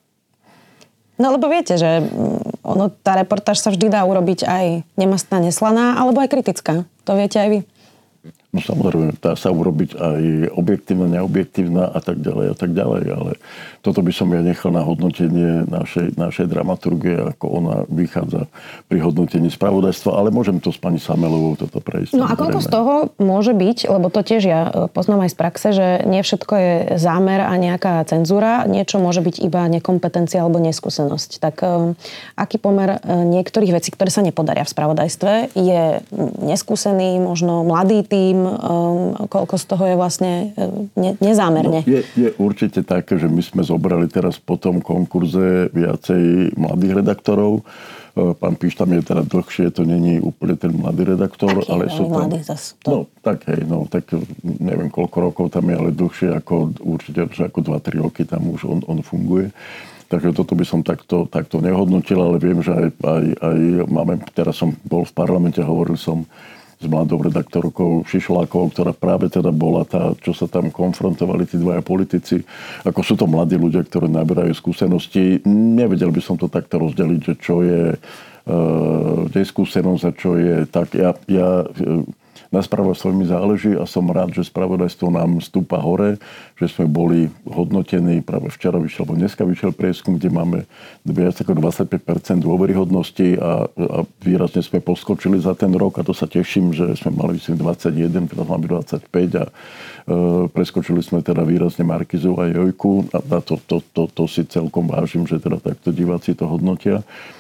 [SPEAKER 1] No lebo viete, že ono, tá reportáž sa vždy dá urobiť aj nemastná, neslaná, alebo aj kritická. To viete aj vy?
[SPEAKER 3] No samozrejme, dá sa urobiť aj objektívna, neobjektívna a tak ďalej a tak ďalej, ale toto by som ja nechal na hodnotenie našej, našej dramaturgie, ako ona vychádza pri hodnotení spravodajstva, ale môžem to s pani Samelovou toto prejsť.
[SPEAKER 1] No a koľko z toho môže byť, lebo to tiež ja poznám aj z praxe, že nie všetko je zámer a nejaká cenzúra, niečo môže byť iba nekompetencia alebo neskúsenosť. Tak aký pomer niektorých vecí, ktoré sa nepodaria v spravodajstve, je neskúsený, možno mladý tím, Um, koľko z toho je vlastne ne, nezámerne?
[SPEAKER 3] No, je, je určite také, že my sme zobrali teraz po tom konkurze viacej mladých redaktorov. Pán Píš tam je teda dlhšie, to není úplne ten mladý redaktor.
[SPEAKER 1] Taký
[SPEAKER 3] ale sú tam...
[SPEAKER 1] mladý zas. To...
[SPEAKER 3] No, tak hej, no, tak neviem, koľko rokov tam je, ale dlhšie ako určite, že ako dva tri roky tam už on, on funguje. Takže toto by som takto, takto nehodnotil, ale viem, že aj, aj, aj máme, teraz som bol v parlamente, hovoril som s mladou redaktorkou Šišlákovou, ktorá práve teda bola tá, čo sa tam konfrontovali tí dvaja politici. Ako sú to mladí ľudia, ktorí naberajú skúsenosti. Nevedel by som to takto rozdeliť, že čo je uh, neskúsenosť a čo je tak. Ja, ja na spravodajstvo mi záleží a som rád, že spravodajstvo nám stúpa hore, že sme boli hodnotení, práve včera vyšiel, alebo dneska vyšiel prieskum, kde máme viac ako dvadsaťpäť percent dôveryhodnosti a, a výrazne sme poskočili za ten rok a to sa teším, že sme mali myslím dvadsaťjeden, teraz máme dvadsaťpäť a e, preskočili sme teda výrazne Markizu a Jojku a to, to, to, to si celkom vážim, že teda takto diváci to hodnotia.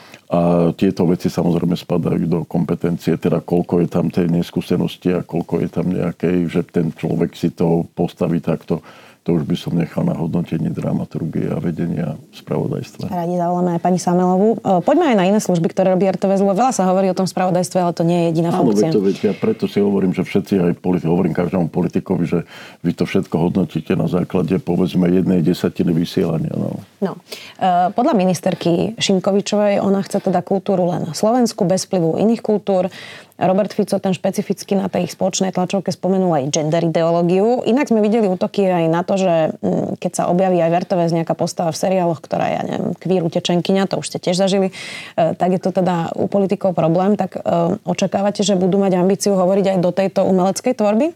[SPEAKER 3] A tieto veci samozrejme spadajú do kompetencie, teda koľko je tam tej neskúsenosti a koľko je tam nejakej, že ten človek si to postaví takto. To už by som nechal na hodnotenie dramaturgie a vedenia spravodajstva.
[SPEAKER 1] Radi zavoláme aj pani Samelovú. Poďme aj na iné služby, ktoré robí er té vé es, lebo veľa sa hovorí o tom spravodajstve, ale to nie je jediná
[SPEAKER 3] Áno,
[SPEAKER 1] funkcia.
[SPEAKER 3] Áno, veď ja preto si hovorím, že všetci aj politi- hovorím každému politikovi, že vy to všetko hodnotíte na základe povedzme jednej desatiny vysielania. No.
[SPEAKER 1] No. Podľa ministerky Šimkovičovej ona chce teda kultúru len na Slovensku, bez vplyvu iných kultúr. Robert Fico ten špecificky na tej spoločnej tlačovke spomenul aj gender ideológiu. Inak sme videli útoky aj na to, že keď sa objaví aj v er té vé es nejaká postava v seriáloch, ktorá je, ja neviem, kvír utečenkyňa, to už ste tiež zažili, tak je to teda u politikov problém. Tak očakávate, že budú mať ambíciu hovoriť aj do tejto umeleckej tvorby?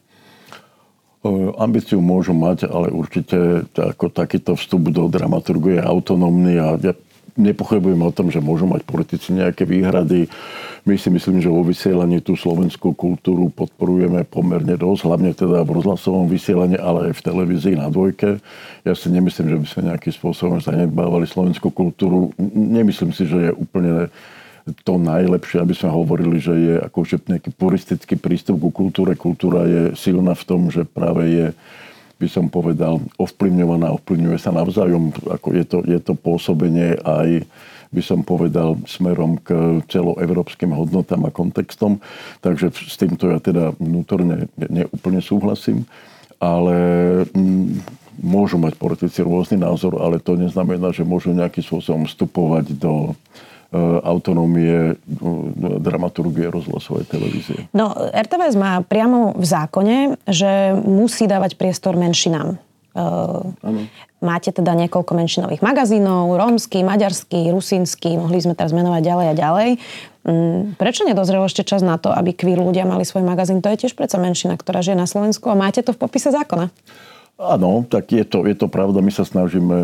[SPEAKER 3] Ambíciu môžu mať, ale určite ako takýto vstup do dramaturgie je autonómny a ja nepochybujem o tom, že môžu mať politici nejaké výhrady. My si myslím, že vo vysielaní tú slovenskú kultúru podporujeme pomerne dosť, hlavne teda v rozhlasovom vysielaní, ale aj v televízii na dvojke. Ja si nemyslím, že by sme nejakým spôsobom zanedbávali slovenskú kultúru. Nemyslím si, že je úplne to najlepšie, aby sme hovorili, že je akože nejaký puristický prístup ku kultúre. Kultúra je silná v tom, že práve je, by som povedal, ovplyvňovaná, ovplyvňuje sa navzájom. Ako je to, je to pôsobenie aj, by som povedal, smerom k celoevropským hodnotám a kontextom. Takže s týmto ja teda vnútorne neúplne súhlasím. Ale m, môžu mať politici rôzny názor, ale to neznamená, že môžu nejakým spôsobom vstupovať do autonómie dramaturgie rozhlasovej televízie.
[SPEAKER 1] No, er té vé es má priamo v zákone, že musí dávať priestor menšinám.
[SPEAKER 3] Áno.
[SPEAKER 1] Máte teda niekoľko menšinových magazínov, rómsky, maďarský, rusínsky, mohli sme teraz menovať ďalej a ďalej. Prečo nedozrel ešte čas na to, aby queer ľudia mali svoj magazín? To je tiež predsa menšina, ktorá žije na Slovensku a máte to v popise zákona.
[SPEAKER 3] Áno, tak je to, je to pravda. My sa snažíme e,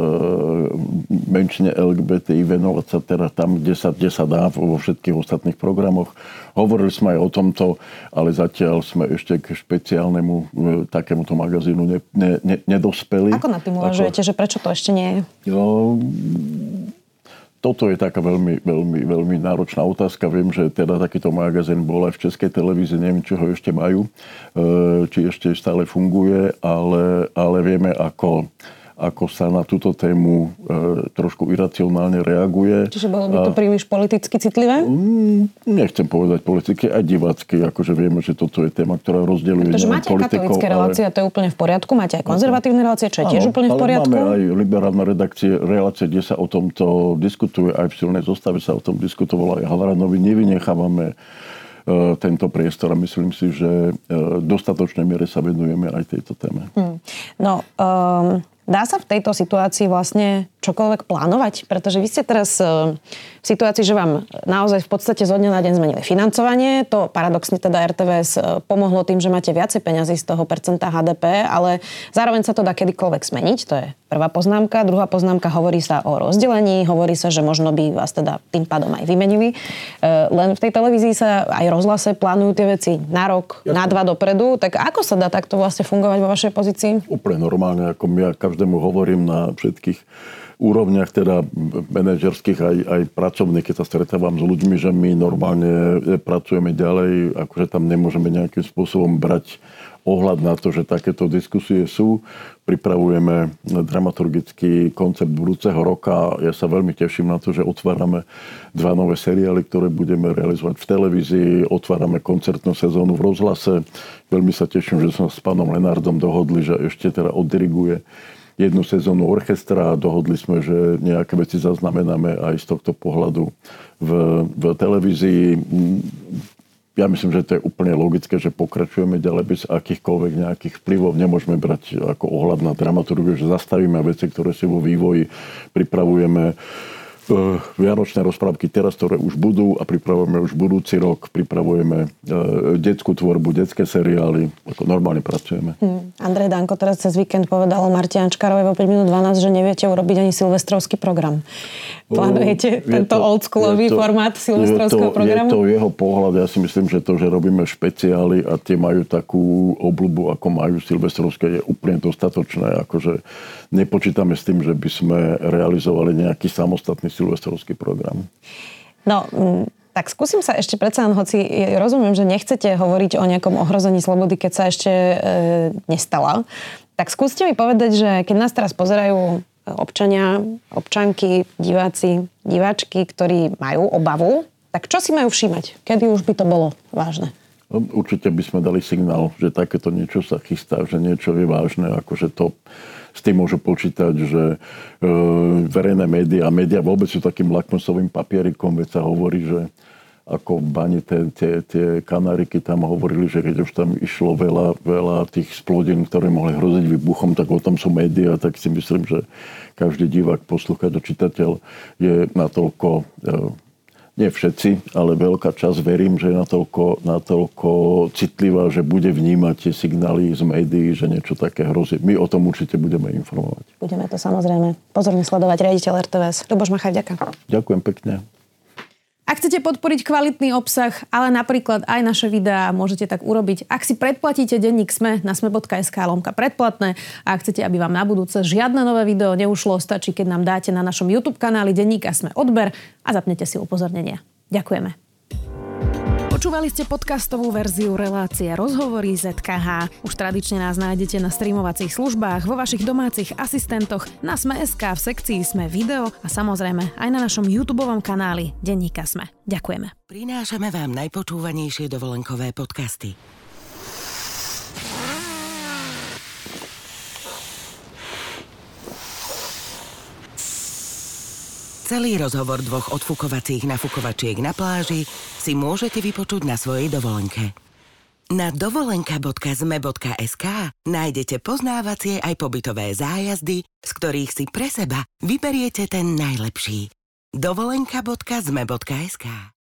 [SPEAKER 3] menšine el gé bé té í venovať sa teda tam, kde sa, kde sa dá vo všetkých ostatných programoch. Hovorili sme aj o tomto, ale zatiaľ sme ešte k špeciálnemu e, takémuto magazínu ne, ne, ne, nedospeli.
[SPEAKER 1] Ako nad tým uvažujete, Ako... že prečo to ešte nie je?
[SPEAKER 3] No, toto je taká veľmi, veľmi, veľmi náročná otázka. Viem, že teda takýto magazín bol aj v Českej televízii, neviem, či ho ešte majú, či ešte stále funguje, ale, ale vieme, ako, ako sa na túto tému trošku iracionálne reaguje.
[SPEAKER 1] Čiže bolo by to a, príliš politicky citlivé?
[SPEAKER 3] Nechcem povedať politicky, aj divácky, akože vieme, že toto je téma, ktorá rozdeľuje
[SPEAKER 1] politikov. Pretože máte katolícke relácie, ale... to je úplne v poriadku, máte aj konzervatívne relácie, čo je tiež áno, úplne v poriadku.
[SPEAKER 3] Máme aj liberálne redakcie, relácie, kde sa o tomto diskutuje, aj v silnej zostave sa o tom diskutovalo, aj Havranovi nevynechávame uh, tento priestor a myslím si, že uh, dostatočnej miere sa venujeme aj tejto téme. Hmm.
[SPEAKER 1] No, um... Dá sa v tejto situácii vlastne čokoľvek plánovať? Pretože vy ste teraz v situácii, že vám naozaj v podstate zo dňa na deň zmenili financovanie. To paradoxne teda er té vé es pomohlo tým, že máte viacej peňazí z toho percenta há dé pé, ale zároveň sa to dá kedykoľvek zmeniť. To je prvá poznámka. Druhá poznámka, hovorí sa o rozdelení. Hovorí sa, že možno by vás teda tým pádom aj vymenili. Len v tej televízii sa aj rozhlase plánujú tie veci na rok, Jasne. na dva dopredu. Tak ako sa dá takto vlastne fungovať vo vašej pozícii?
[SPEAKER 3] Úplne normálne, ako my každému hovorím na všetkých úrovniach, teda manažerských aj, aj pracovných, keď sa stretávam s ľuďmi, že my normálne pracujeme ďalej, akože tam nemôžeme nejakým spôsobom brať ohľad na to, že takéto diskusie sú. Pripravujeme dramaturgický koncept budúceho roka. Ja sa veľmi teším na to, že otvárame dva nové seriály, ktoré budeme realizovať v televízii. Otvárame koncertnú sezónu v rozhlase. Veľmi sa teším, že sme s pánom Lenárdom dohodli, že ešte teda oddiriguje jednu sezónu orchestra. Dohodli sme, že nejaké veci zaznamenáme aj z tohto pohľadu v, v televízii. Ja myslím, že to je úplne logické, že pokračujeme ďalej bez akýchkoľvek nejakých vplyvov. Nemôžeme brať ako ohľad na dramaturgiu, že zastavíme veci, ktoré si vo vývoji pripravujeme. Vianočné rozprávky teraz, ktoré už budú a pripravujeme už budúci rok, pripravujeme detskú tvorbu, detské seriály, ako normálne pracujeme. Hmm.
[SPEAKER 1] Andrej Danko teraz cez víkend povedal Marti Ančkárovej vo päť minút dvanásť, že neviete urobiť ani silvestrovský program. Plánujete tento oldschoolový formát silvestrovského programu?
[SPEAKER 3] Je to jeho pohľad. Ja si myslím, že to, že robíme špeciály a tie majú takú obľubu, ako majú silvestrovské, je úplne dostatočné. Akože nepočítame s tým, že by sme realizovali nejaký samostatný silvestrovský program.
[SPEAKER 1] No, tak skúsim sa ešte predsa, hoci rozumiem, že nechcete hovoriť o nejakom ohrození slobody, keď sa ešte e, nestala. Tak skúste mi povedať, že keď nás teraz pozerajú občania, občanky, diváci, diváčky, ktorí majú obavu, tak čo si majú všímať? Kedy už by to bolo vážne?
[SPEAKER 3] Určite by sme dali signál, že takéto niečo sa chystá, že niečo je vážne, akože to s tým môžu počítať, že e, verejné médiá a médiá vôbec sú takým lakmusovým papierikom, veď sa hovorí, že ako v bani tie, tie, tie kanáriky tam hovorili, že keď už tam išlo veľa, veľa tých splodín, ktoré mohli hroziť výbuchom, tak o tom sú médiá, tak si myslím, že každý divák, posluchač a čitateľ je natoľko, nie všetci, ale veľká časť, verím, že je natoľko, natoľko citlivá, že bude vnímať tie signály z médií, že niečo také hrozí. My o tom určite budeme informovať.
[SPEAKER 1] Budeme to samozrejme pozorne sledovať. Riaditeľ er té vé es. Ľuboš Machaj, ďakujem.
[SPEAKER 3] Ďakujem pekne.
[SPEAKER 1] Ak chcete podporiť kvalitný obsah, ale napríklad aj naše videá, môžete tak urobiť. Ak si predplatíte denník SME na sme bodka es ká lomka predplatné a ak chcete, aby vám na budúce žiadne nové video neušlo, stačí, keď nám dáte na našom YouTube kanáli denníka SME odber a zapnete si upozornenia. Ďakujeme. Počúvali ste podcastovú verziu relácie Rozhovory zet ká há. Už tradične nás nájdete na streamovacích službách, vo vašich domácich asistentoch, na sme bodka es ká v sekcii Sme video a samozrejme aj na našom YouTubeovom kanáli Denníka Sme. Ďakujeme.
[SPEAKER 2] Prinášame vám najpočúvanejšie dovolenkové podcasty. Celý rozhovor dvoch odfukovacích nafukovačiek na pláži si môžete vypočuť na svojej dovolenke. Na dovolenka bodka zme bodka es ká nájdete poznávacie aj pobytové zájazdy, z ktorých si pre seba vyberiete ten najlepší. dovolenka bodka zme bodka es ká